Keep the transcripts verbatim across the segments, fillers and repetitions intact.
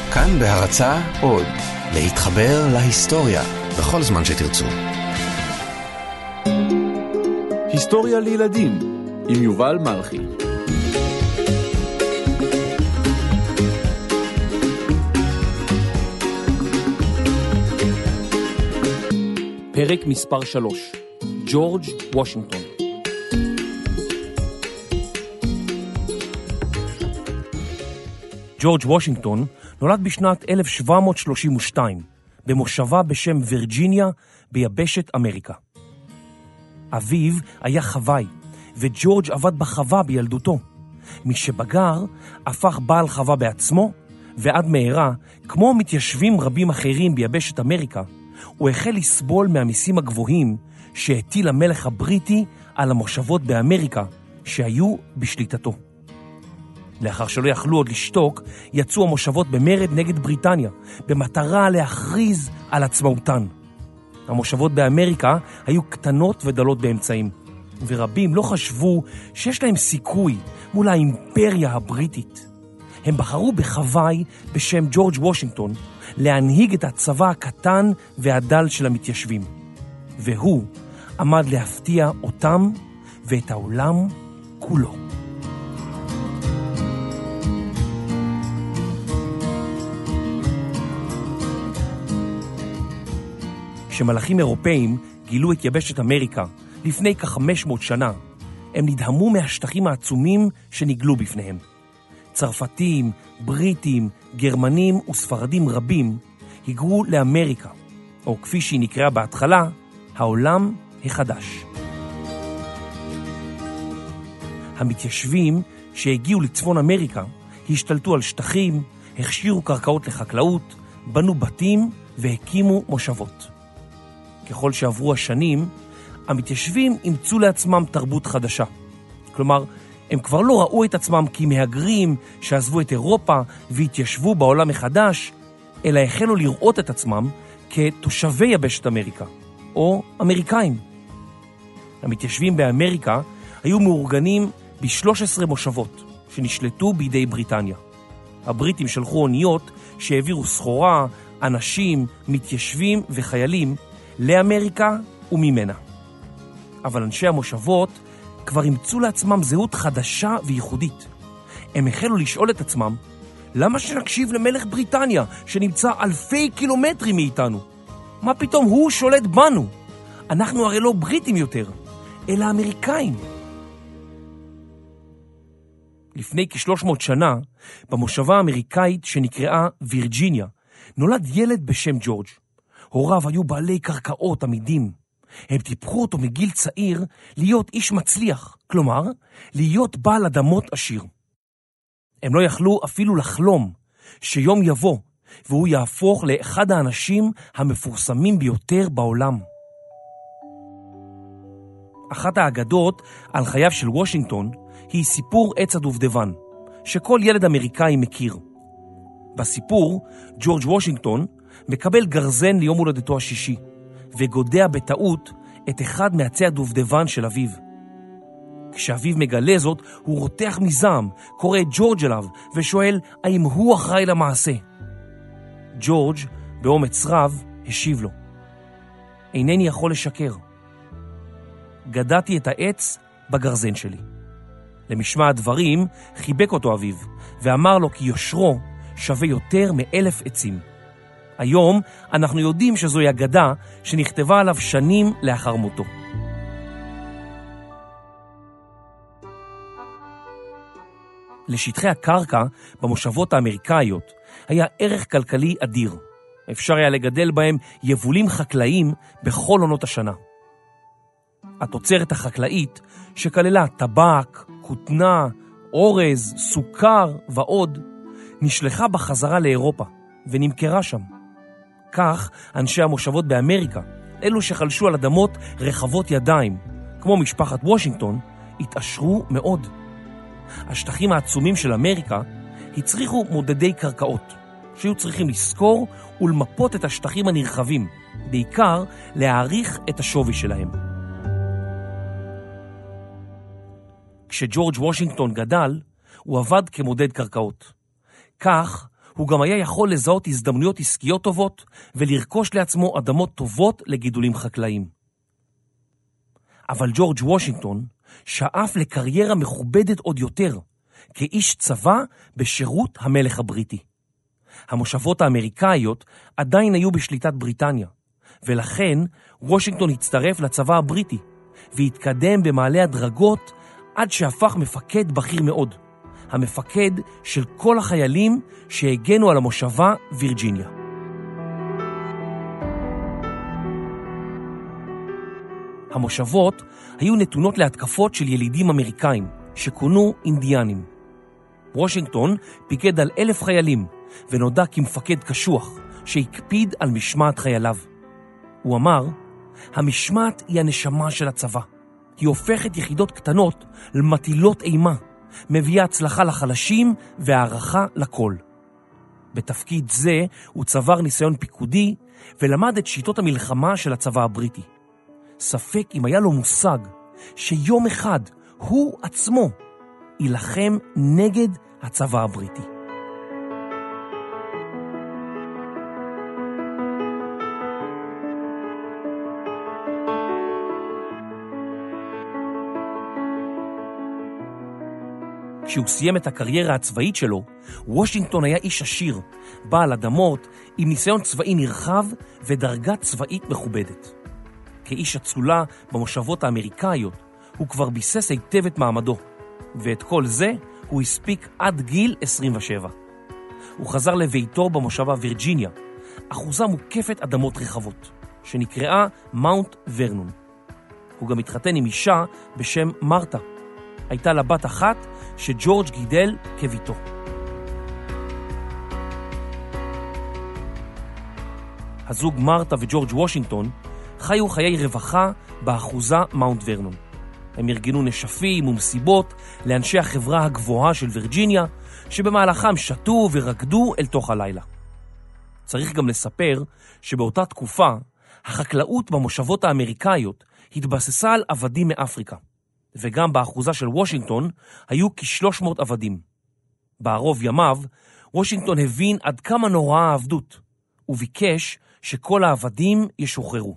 כאן בהרצאה עוד, להתחבר להיסטוריה בכל זמן שתרצו. היסטוריה לילדים עם יובל מלכי. פרק מספר שלוש, ג'ורג' וושינגטון. ג'ורג' וושינגטון נולד בשנת אלף שבע מאות שלושים ושתיים במושבה בשם וירג'יניה ביבשת אמריקה. אביו היה חוואי, וג'ורג' עבד בחווה בילדותו. משבגר הפך בעל חווה בעצמו, ועד מהרה, כמו מתיישבים רבים אחרים ביבשת אמריקה, הוא החל לסבול מהמיסים הגבוהים שהטיל המלך הבריטי על המושבות באמריקה שהיו בשליטתו. לאחר שלא יכלו עוד לשתוק, יצאו המושבות במרד נגד בריטניה, במטרה להכריז על עצמאותן. המושבות באמריקה היו קטנות ודלות באמצעים, ורבים לא חשבו שיש להם סיכוי מול האימפריה הבריטית. הם בחרו בחוואי בשם ג'ורג' וושינגטון להנהיג את הצבא הקטן והדל של המתיישבים, והוא עמד להפתיע אותם ואת העולם כולו. כשמלאכים אירופאים גילו את יבשת אמריקה לפני כ-חמש מאות שנה, הם נדהמו מהשטחים העצומים שנגלו בפניהם. צרפתים, בריטים, גרמנים וספרדים רבים היגרו לאמריקה, או כפי שהיא נקראה בהתחלה, העולם החדש. המתיישבים שהגיעו לצפון אמריקה השתלטו על שטחים, הכשירו קרקעות לחקלאות, בנו בתים והקימו מושבות. ככל שעברו השנים, המתיישבים אימצו לעצמם תרבות חדשה. כלומר, הם כבר לא ראו את עצמם כמהגרים שעזבו את אירופה והתיישבו בעולם מחדש, אלא החלו לראות את עצמם כתושבי יבשת אמריקה, או אמריקאים. המתיישבים באמריקה היו מאורגנים ב-שלוש עשרה מושבות שנשלטו בידי בריטניה. הבריטים שלחו אוניות שהעבירו סחורה, אנשים, מתיישבים וחיילים לאמריקה וממנה. אבל אנשי המושבות כבר אימצו לעצמם זהות חדשה וייחודית. הם החלו לשאול את עצמם, למה שנקשיב למלך בריטניה שנמצא אלפי קילומטרים מאיתנו? מה פתאום הוא שולט בנו? אנחנו הרי לא בריטים יותר, אלא אמריקאים. לפני כשלוש מאות שנה, במושבה האמריקאית שנקראה וירג'יניה, נולד ילד בשם ג'ורג'. הוריו היו בעלי קרקעות עמידים. הם טיפחו אותו מגיל צעיר להיות איש מצליח, כלומר, להיות בעל אדמות עשיר. הם לא יכלו אפילו לחלום שיום יבוא והוא יהפוך לאחד האנשים המפורסמים ביותר בעולם. אחת האגדות על חייו של וושינגטון היא סיפור עץ הדובדבן, שכל ילד אמריקאי מכיר. בסיפור, ג'ורג' וושינגטון מקבל גרזן ליום הולדתו השישי, וגודע בטעות את אחד מעצי הדובדבן של אביו. כשאביו מגלה זאת, הוא רותח מזעם, קורא את ג'ורג' אליו, ושואל האם הוא אחראי למעשה. ג'ורג' באומץ רב השיב לו, אינני יכול לשקר. גדעתי את העץ בגרזן שלי. למשמע הדברים חיבק אותו אביו, ואמר לו כי יושרו שווה יותר מאלף עצים. היום אנחנו יודעים שזוהי אגדה שנכתבה עליו שנים לאחר מותו. לשטחי הקרקע במושבות האמריקאיות היה ערך כלכלי אדיר. אפשר היה לגדל בהם יבולים חקלאיים בכל עונות השנה. התוצרת החקלאית שכללה טבק, כותנה, אורז, סוכר ועוד, נשלחה בחזרה לאירופה ונמכרה שם. כך אנשי המושבות באמריקה, אלו שחלשו על אדמות רחבות ידיים, כמו משפחת וושינגטון, התעשרו מאוד. השטחים העצומים של אמריקה הצריכו מודדי קרקעות, שהיו צריכים לזכור ולמפות את השטחים הנרחבים, בעיקר להעריך את השווי שלהם. כשג'ורג' וושינגטון גדל, הוא עבד כמודד קרקעות. כך הוא גם היה יכול לזהות הזדמנויות עסקיות טובות ולרכוש לעצמו אדמות טובות לגידולים חקלאיים. אבל ג'ורג' וושינגטון שאף לקריירה מכובדת עוד יותר, כאיש צבא בשירות המלך הבריטי. המושבות האמריקאיות עדיין היו בשליטת בריטניה, ולכן וושינגטון הצטרף לצבא הבריטי, והתקדם במעלה הדרגות עד שהפך מפקד בכיר מאוד, המפקד של כל החיילים שהגנו על המושבה וירג'יניה. המושבות היו נתונות להתקפות של ילידים אמריקאים, שכונו אינדיאנים. וושינגטון פיקד על אלף חיילים, ונודע כמפקד קשוח, שהקפיד על משמעת חייליו. הוא אמר, המשמעת היא הנשמה של הצבא. היא הופכת יחידות קטנות למטילות אימה, מביאה הצלחה לחלשים והערכה לכל. בתפקיד זה הוא צבר ניסיון פיקודי, ולמד את שיטות המלחמה של הצבא הבריטי. ספק אם היה לו מושג שיום אחד הוא עצמו ילחם נגד הצבא הבריטי. כשהוא סיים את הקריירה הצבאית שלו, וושינגטון היה איש עשיר, בעל אדמות, עם ניסיון צבאי נרחב ודרגה צבאית מכובדת. כאיש אצולה במושבות האמריקאיות, הוא כבר ביסס היטב את מעמדו, ואת כל זה הוא הספיק עד גיל עשרים ושבע. הוא חזר לביתו במושבה וירג'יניה, אחוזה מוקפת אדמות רחבות, שנקראה מאונט ורנון. הוא גם התחתן עם אישה בשם מרתה. הייתה לה בת אחת שג'ורג' גידל כביתו. הזוג מרתה וג'ורג' וושינגטון חיו חיי רווחה באחוזה מאונט ורנון. הם ארגנו נשפים ומסיבות לאנשי החברה הגבוהה של וירג'יניה, שבמהלכם שתו ורקדו אל תוך הלילה. צריך גם לספר שבאותה תקופה החקלאות במושבות האמריקאיות התבססה על עבדים מאפריקה, וגם באחוזה של וושינגטון היו כ-שלוש מאות עבדים. בערוב ימיו וושינגטון הבין עד כמה נוראה העבדות, וביקש שכל העבדים ישוחררו.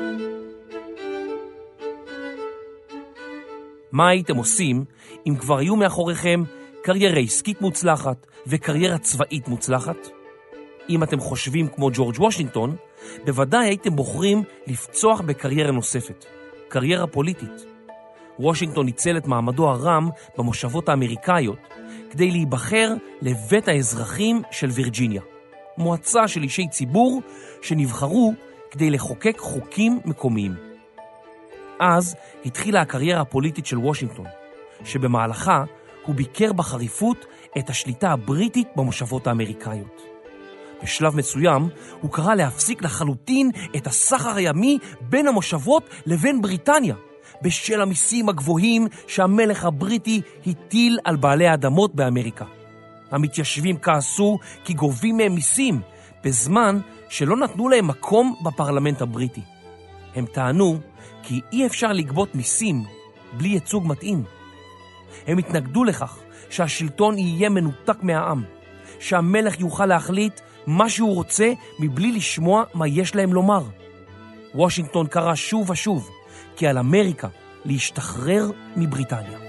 מה הייתם עושים אם כבר היו מאחוריכם קריירה עסקית מוצלחת וקריירה צבאית מוצלחת? אם אתם חושבים כמו ג'ורג' וושינגטון, בוודאי הייתם בוחרים לפצוח בקריירה נוספת, קריירה פוליטית. וושינגטון ניצל את מעמדו הרם במושבות האמריקאיות כדי להיבחר לבית האזרחים של וירג'יניה, מועצה של אישי ציבור שנבחרו כדי לחוקק חוקים מקומיים. אז התחילה הקריירה הפוליטית של וושינגטון, שבמהלכה הוא ביקר בחריפות את השליטה הבריטית במושבות האמריקאיות. בשלב מסוים הוא קרא להפסיק לחלוטין את הסחר הימי בין המושבות לבין בריטניה, בשל המיסים הגבוהים שהמלך הבריטי הטיל על בעלי האדמות באמריקה. המתיישבים כעסו כי גובים מהם מיסים, בזמן שלא נתנו להם מקום בפרלמנט הבריטי. הם טענו כי אי אפשר לגבות מיסים בלי ייצוג מתאים. הם התנגדו לכך שהשלטון יהיה מנותק מהעם, שהמלך יוכל להחליט מה שהוא רוצה מבלי לשמוע מה יש להם לומר. וושינגטון קרא שוב ושוב כי על אמריקה להשתחרר מבריטניה.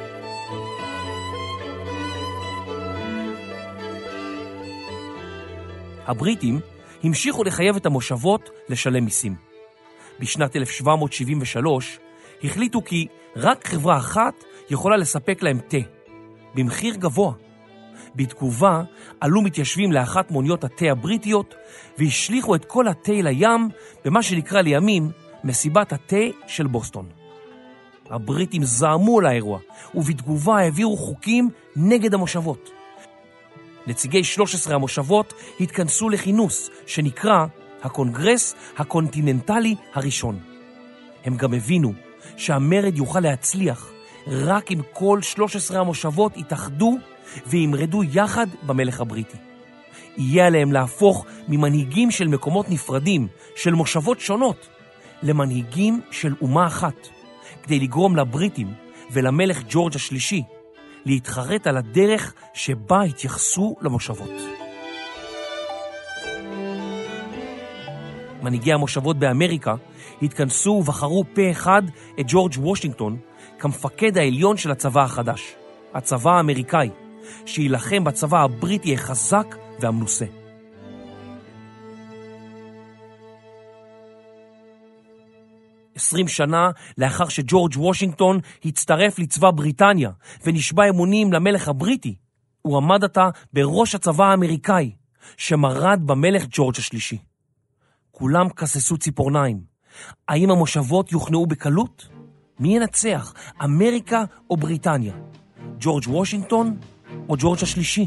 הבריטים המשיכו לחייב את המושבות לשלם מיסים. בשנת אלף שבע מאות שבעים ושלוש החליטו כי רק חברה אחת יכולה לספק להם תה, במחיר גבוה. בתגובה עלו מתיישבים לאחת מוניות התה הבריטיות והשליחו את כל התה לים במה שנקרא לימים מסיבת התה של בוסטון. הבריטים זעמו על האירוע ובתגובה העבירו חוקים נגד המושבות. נציגי שלוש עשרה המושבות התכנסו לכינוס שנקרא הקונגרס הקונטיננטלי הראשון. הם גם הבינו שהמרד יוכל להצליח רק אם כל שלוש עשרה המושבות יתאחדו וימרדו יחד במלך הבריטי. יהיה עליהם להפוך ממנהיגים של מקומות נפרדים, של מושבות שונות, למנהיגים של אומה אחת, כדי לגרום לבריטים ולמלך ג'ורג' השלישי להתחרט על הדרך שבה התייחסו למושבות. מנהיגי המושבות באמריקה התכנסו ובחרו פה אחד את ג'ורג' וושינגטון כמפקד העליון של הצבא החדש, הצבא האמריקאי, שילחם בצבא הבריטי החזק והמנוסה. עשרים שנה לאחר שג'ורג' וושינגטון הצטרף לצבא בריטניה ונשבע אמונים למלך הבריטי, הוא עמד עתה בראש הצבא האמריקאי, שמרד במלך ג'ורג' השלישי. כולם כססו ציפורניים. האם המושבות יוכנעו בקלות? מי ינצח, אמריקה או בריטניה? ג'ורג' וושינגטון או ג'ורג' השלישי?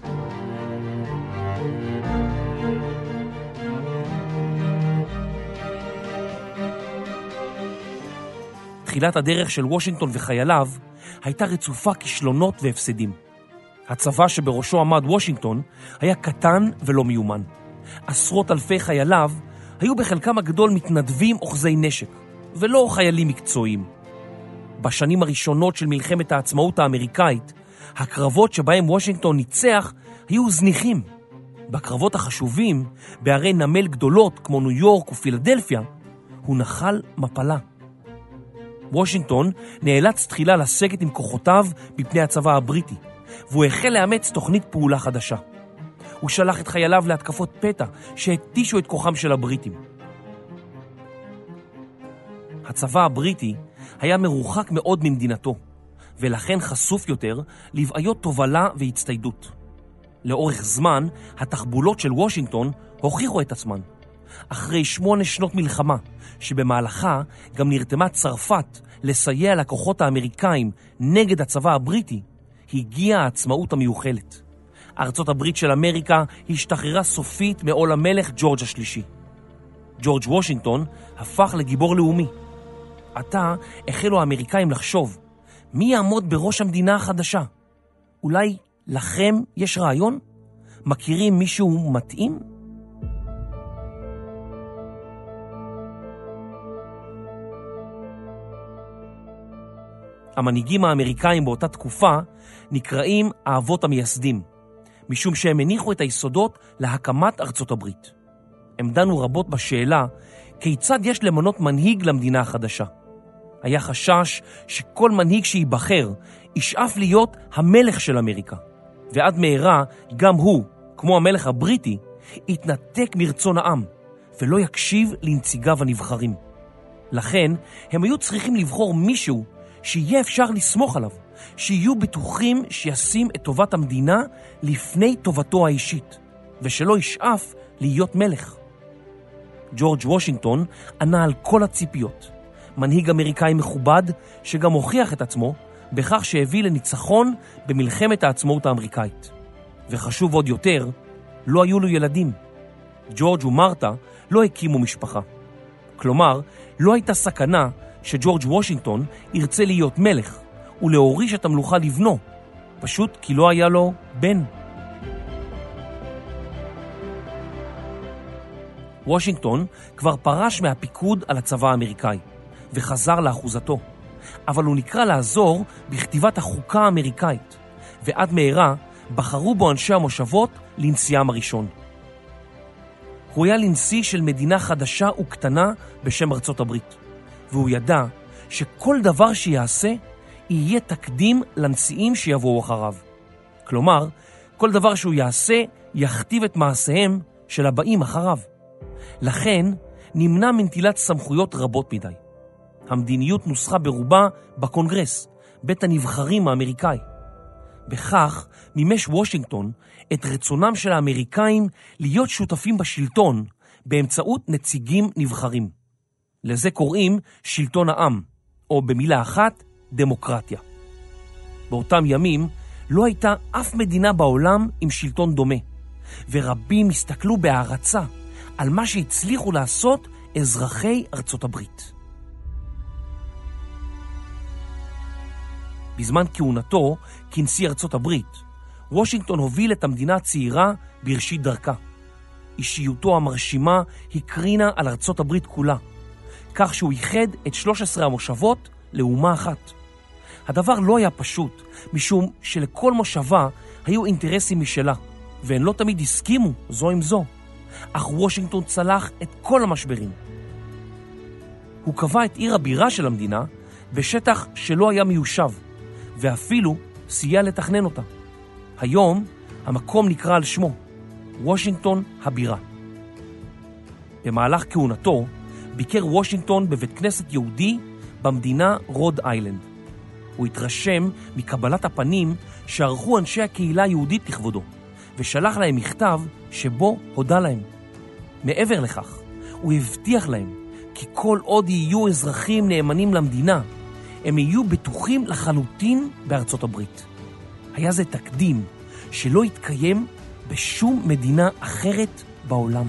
תחילת הדרך של וושינגטון וחייליו הייתה רצופה כישלונות והפסדים. הצבא שבראשו עמד וושינגטון היה קטן ולא מיומן. עשרות אלפי חייליו היו בחלקם הגדול מתנדבים אוחזי נשק, ולא חיילים מקצועיים. בשנים הראשונות של מלחמת העצמאות האמריקאית, הקרבות שבהם וושינגטון ניצח היו זניחים. בקרבות החשובים, בערי נמל גדולות כמו ניו יורק ופילדלפיה, הוא נחל מפלה. וושינגטון נאלץ תחילה לסגת עם כוחותיו בפני הצבא הבריטי, והוא החל לאמץ תוכנית פעולה חדשה. הוא שלח את חייליו להתקפות פתע שהתישו את כוחם של הבריטים. הצבא הבריטי היה מרוחק מאוד ממדינתו, ולכן חשוף יותר לבעיות תובלה והצטיידות. לאורך זמן, התחבולות של וושינגטון הוכיחו את עצמן. אחרי שמונה שנות מלחמה, שבמהלכה גם נרתמה צרפת לסייע לכוחות האמריקאים נגד הצבא הבריטי, הגיעה העצמאות המיוחלת. ארצות הברית של אמריקה השתחררה סופית מעול המלך ג'ורג' השלישי. ג'ורג' וושינגטון הפך לגיבור לאומי. עתה החלו האמריקאים לחשוב, מי יעמוד בראש המדינה החדשה? אולי לכם יש רעיון? מכירים מישהו מתאים? המנהיגים האמריקאים באותה תקופה נקראים האבות המייסדים, משום שהם הניחו את היסודות להקמת ארצות הברית. הם דנו רבות בשאלה כיצד יש למנות מנהיג למדינה החדשה. היה חשש שכל מנהיג שיבחר ישאף להיות המלך של אמריקה, ועד מהרה גם הוא, כמו המלך הבריטי, יתנתק מרצון העם ולא יקשיב לנציגיו הנבחרים. לכן הם היו צריכים לבחור מישהו שיהיה אפשר לסמוך עליו, שיהיו בטוחים שישים את טובת המדינה לפני טובתו האישית, ושלא ישאף להיות מלך. ג'ורג' וושינגטון ענה על כל הציפיות. מנהיג אמריקאי מכובד שגם הוכיח את עצמו בכך שהביא לניצחון במלחמת העצמאות האמריקאית. וחשוב עוד יותר, לא היו לו ילדים. ג'ורג' ומרתה לא הקימו משפחה. כלומר, לא הייתה סכנה שג'ורג' וושינגטון ירצה להיות מלך ולהוריש את המלוכה לבנו, פשוט כי לא היה לו בן. וושינגטון כבר פרש מהפיקוד על הצבא האמריקאי וחזר לאחוזתו, אבל הוא נקרא לעזור בכתיבת החוקה האמריקאית, ועד מהרה בחרו בו אנשי המושבות לנשיאם הראשון. הוא היה לנשיא של מדינה חדשה וקטנה בשם ארצות הברית, והוא ידע שכל דבר שיעשה יהיה תקדים לנשיאים שיבואו אחריו. כלומר, כל דבר שהוא יעשה יכתיב את מעשיהם של הבאים אחריו. לכן נמנע מנטילת סמכויות רבות מדי. המדיניות נוסחה ברובה בקונגרס, בית הנבחרים האמריקאי. בכך מימש וושינגטון את רצונם של האמריקאים להיות שותפים בשלטון באמצעות נציגים נבחרים. לזה קוראים שלטון העם, או במילה אחת, דמוקרטיה. באותם ימים לא הייתה אף מדינה בעולם עם שלטון דומה, ורבים הסתכלו בהערצה על מה שהצליחו לעשות אזרחי ארצות הברית. בזמן כהונתו כנשיא ארצות הברית, וושינגטון הוביל את המדינה הצעירה בראשית דרכה. אישיותו המרשימה הקרינה על ארצות הברית כולה, כך שהוא ייחד את שלוש עשרה המושבות לאומה אחת. הדבר לא היה פשוט, משום שלכל מושבה היו אינטרסים משלה, והן לא תמיד הסכימו זו עם זו. אך וושינגטון צלח את כל המשברים. הוא קבע את עיר הבירה של המדינה בשטח שלא היה מיושב, ואפילו סייע לתכנן אותה. היום המקום נקרא על שמו, וושינגטון הבירה. במהלך כהונתו ביקר וושינגטון בבית כנסת יהודי במדינה רוד איילנד. הוא התרשם מקבלת הפנים שערכו אנשי הקהילה היהודית לכבודו, ושלח להם מכתב שבו הודה להם. מעבר לכך, הוא הבטיח להם כי כל עוד יהיו אזרחים נאמנים למדינה, הם יהיו בטוחים לחלוטין בארצות הברית. היה זה תקדים שלא התקיים בשום מדינה אחרת בעולם.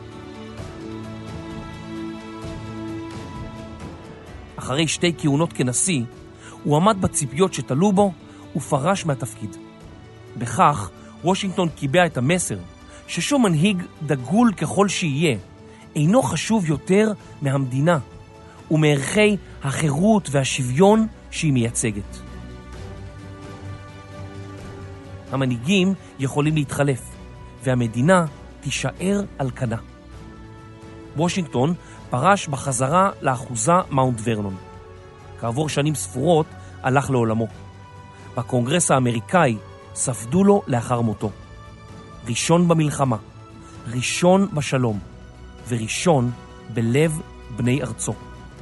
אחרי שתי כהונות כנשיא, הוא עמד בציפיות שתלו בו ופרש מהתפקיד. בכך, וושינגטון קיבע את המסר ששום מנהיג דגול ככל שיהיה, אינו חשוב יותר מהמדינה ומערכי החירות והשוויון שהיא מייצגת. המנהיגים יכולים להתחלף, והמדינה תישאר על כנה. וושינגטון פרש בחזרה לאחוזה מאונט ורנון. כעבור שנים ספורות הלך לעולמו. בקונגרס האמריקאי ספדו לו לאחר מותו. ראשון במלחמה, ראשון בשלום, וראשון בלב בני ארצו.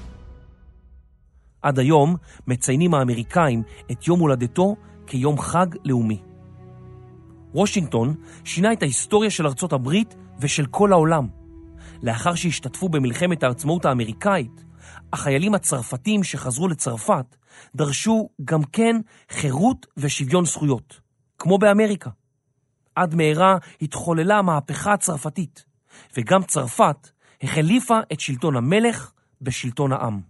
עד היום מציינים האמריקאים את יום הולדתו כיום חג לאומי. וושינגטון שינה את ההיסטוריה של ארצות הברית ושל כל העולם. לאחר שהשתתפו במלחמת העצמאות האמריקאית, החיילים הצרפתים שחזרו לצרפת דרשו גם כן חירות ושוויון זכויות, כמו באמריקה. עד מהרה התחוללה המהפכה הצרפתית, וגם צרפת החליפה את שלטון המלך בשלטון העם.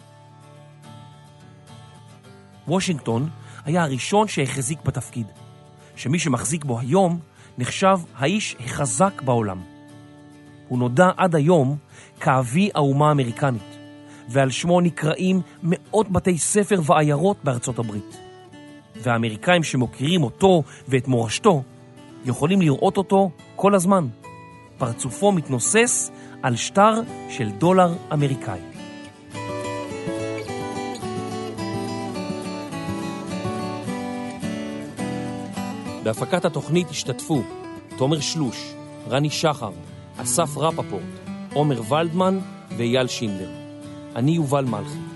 וושינגטון היה הראשון שהחזיק בתפקיד, שמי שמחזיק בו היום נחשב האיש החזק בעולם. הוא נודע עד היום כאבי האומה האמריקנית, ועל שמו נקראים מאות בתי ספר ועיירות בארצות הברית. והאמריקאים שמוכירים אותו ואת מורשתו יכולים לראות אותו כל הזמן. פרצופו מתנוסס על שטר של דולר אמריקאי. בהפקת התוכנית השתתפו תומר שלוש, רני שחר, אסף רפפורט, עומר ולדמן ואייל שינדר. אני יובל מלכי.